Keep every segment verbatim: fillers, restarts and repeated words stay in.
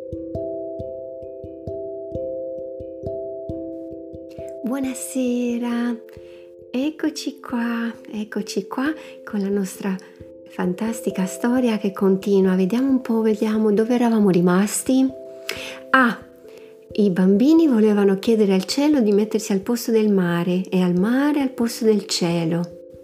Buonasera, eccoci qua, eccoci qua con la nostra fantastica storia che continua. Vediamo un po', vediamo dove eravamo rimasti. Ah, i bambini volevano chiedere al cielo di mettersi al posto del mare e al mare al posto del cielo.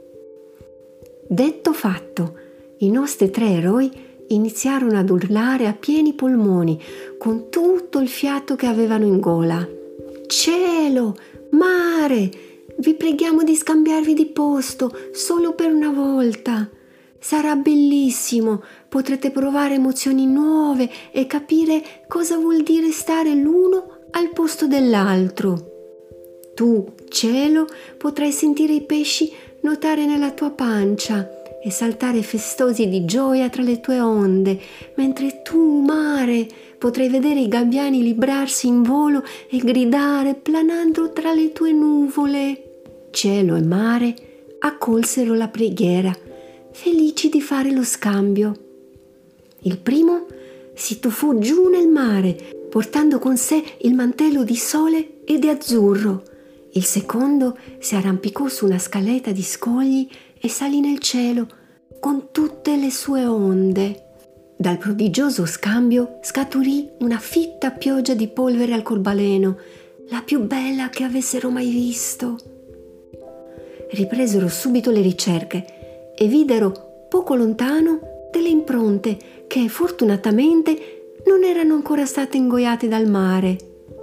Detto fatto, i nostri tre eroi iniziarono ad urlare a pieni polmoni con tutto il fiato che avevano in gola. Cielo, mare, vi preghiamo di scambiarvi di posto solo per una volta. Sarà bellissimo, potrete provare emozioni nuove e capire cosa vuol dire stare l'uno al posto dell'altro. Tu, cielo, potrai sentire i pesci nuotare nella tua pancia e saltare festosi di gioia tra le tue onde, mentre tu, mare, potrai vedere i gabbiani librarsi in volo e gridare planando tra le tue nuvole. Cielo e mare accolsero la preghiera, felici di fare lo scambio. Il primo si tuffò giù nel mare, portando con sé il mantello di sole e di azzurro. Il secondo si arrampicò su una scaletta di scogli e salì nel cielo con tutte le sue onde. Dal prodigioso scambio scaturì una fitta pioggia di polvere arcobaleno, la più bella che avessero mai visto. Ripresero subito le ricerche e videro poco lontano delle impronte che fortunatamente non erano ancora state ingoiate dal mare.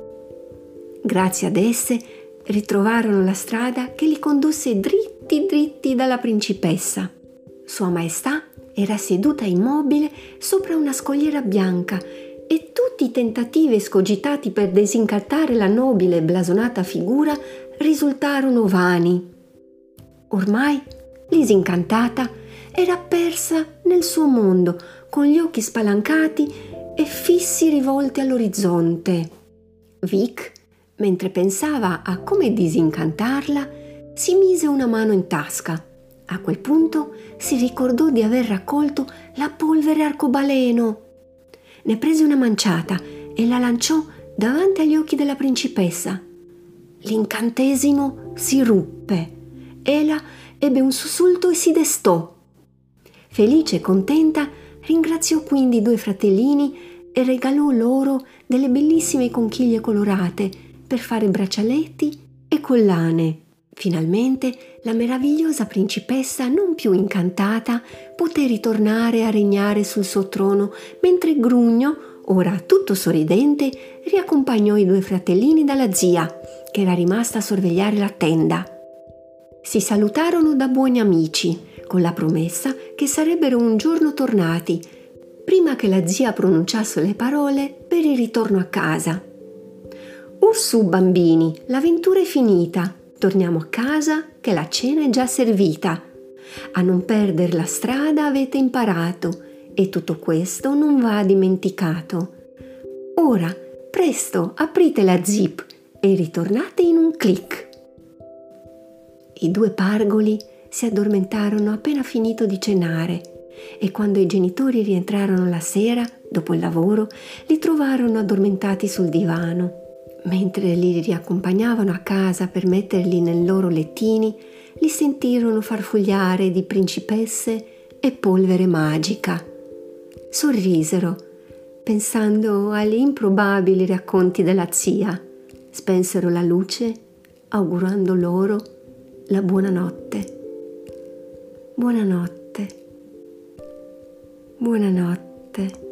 Grazie ad esse ritrovarono la strada che li condusse dritti dritti dalla principessa. Sua Maestà era seduta immobile sopra una scogliera bianca e tutti i tentativi escogitati per disincantare la nobile e blasonata figura risultarono vani. Ormai, disincantata, era persa nel suo mondo, con gli occhi spalancati e fissi rivolti all'orizzonte. Vic, mentre pensava a come disincantarla, si mise una mano in tasca. A quel punto si ricordò di aver raccolto la polvere arcobaleno. Ne prese una manciata e la lanciò davanti agli occhi della principessa. L'incantesimo si ruppe. Ella ebbe un sussulto e si destò. Felice e contenta, ringraziò quindi i due fratellini e regalò loro delle bellissime conchiglie colorate per fare braccialetti e collane. Finalmente la meravigliosa principessa, non più incantata, poté ritornare a regnare sul suo trono, mentre Grugno, ora tutto sorridente, riaccompagnò i due fratellini dalla zia, che era rimasta a sorvegliare la tenda. Si salutarono da buoni amici, con la promessa che sarebbero un giorno tornati, prima che la zia pronunciasse le parole per il ritorno a casa. «Ursù, bambini, l'avventura è finita. Torniamo a casa che la cena è già servita. A non perdere la strada avete imparato e tutto questo non va dimenticato. Ora, presto, aprite la zip e ritornate in un clic». I due pargoli si addormentarono appena finito di cenare e quando i genitori rientrarono la sera, dopo il lavoro, li trovarono addormentati sul divano. Mentre li riaccompagnavano a casa per metterli nei loro lettini, li sentirono farfugliare di principesse e polvere magica. Sorrisero, pensando agli improbabili racconti della zia. Spensero la luce, augurando loro la buonanotte. Buonanotte. Buonanotte.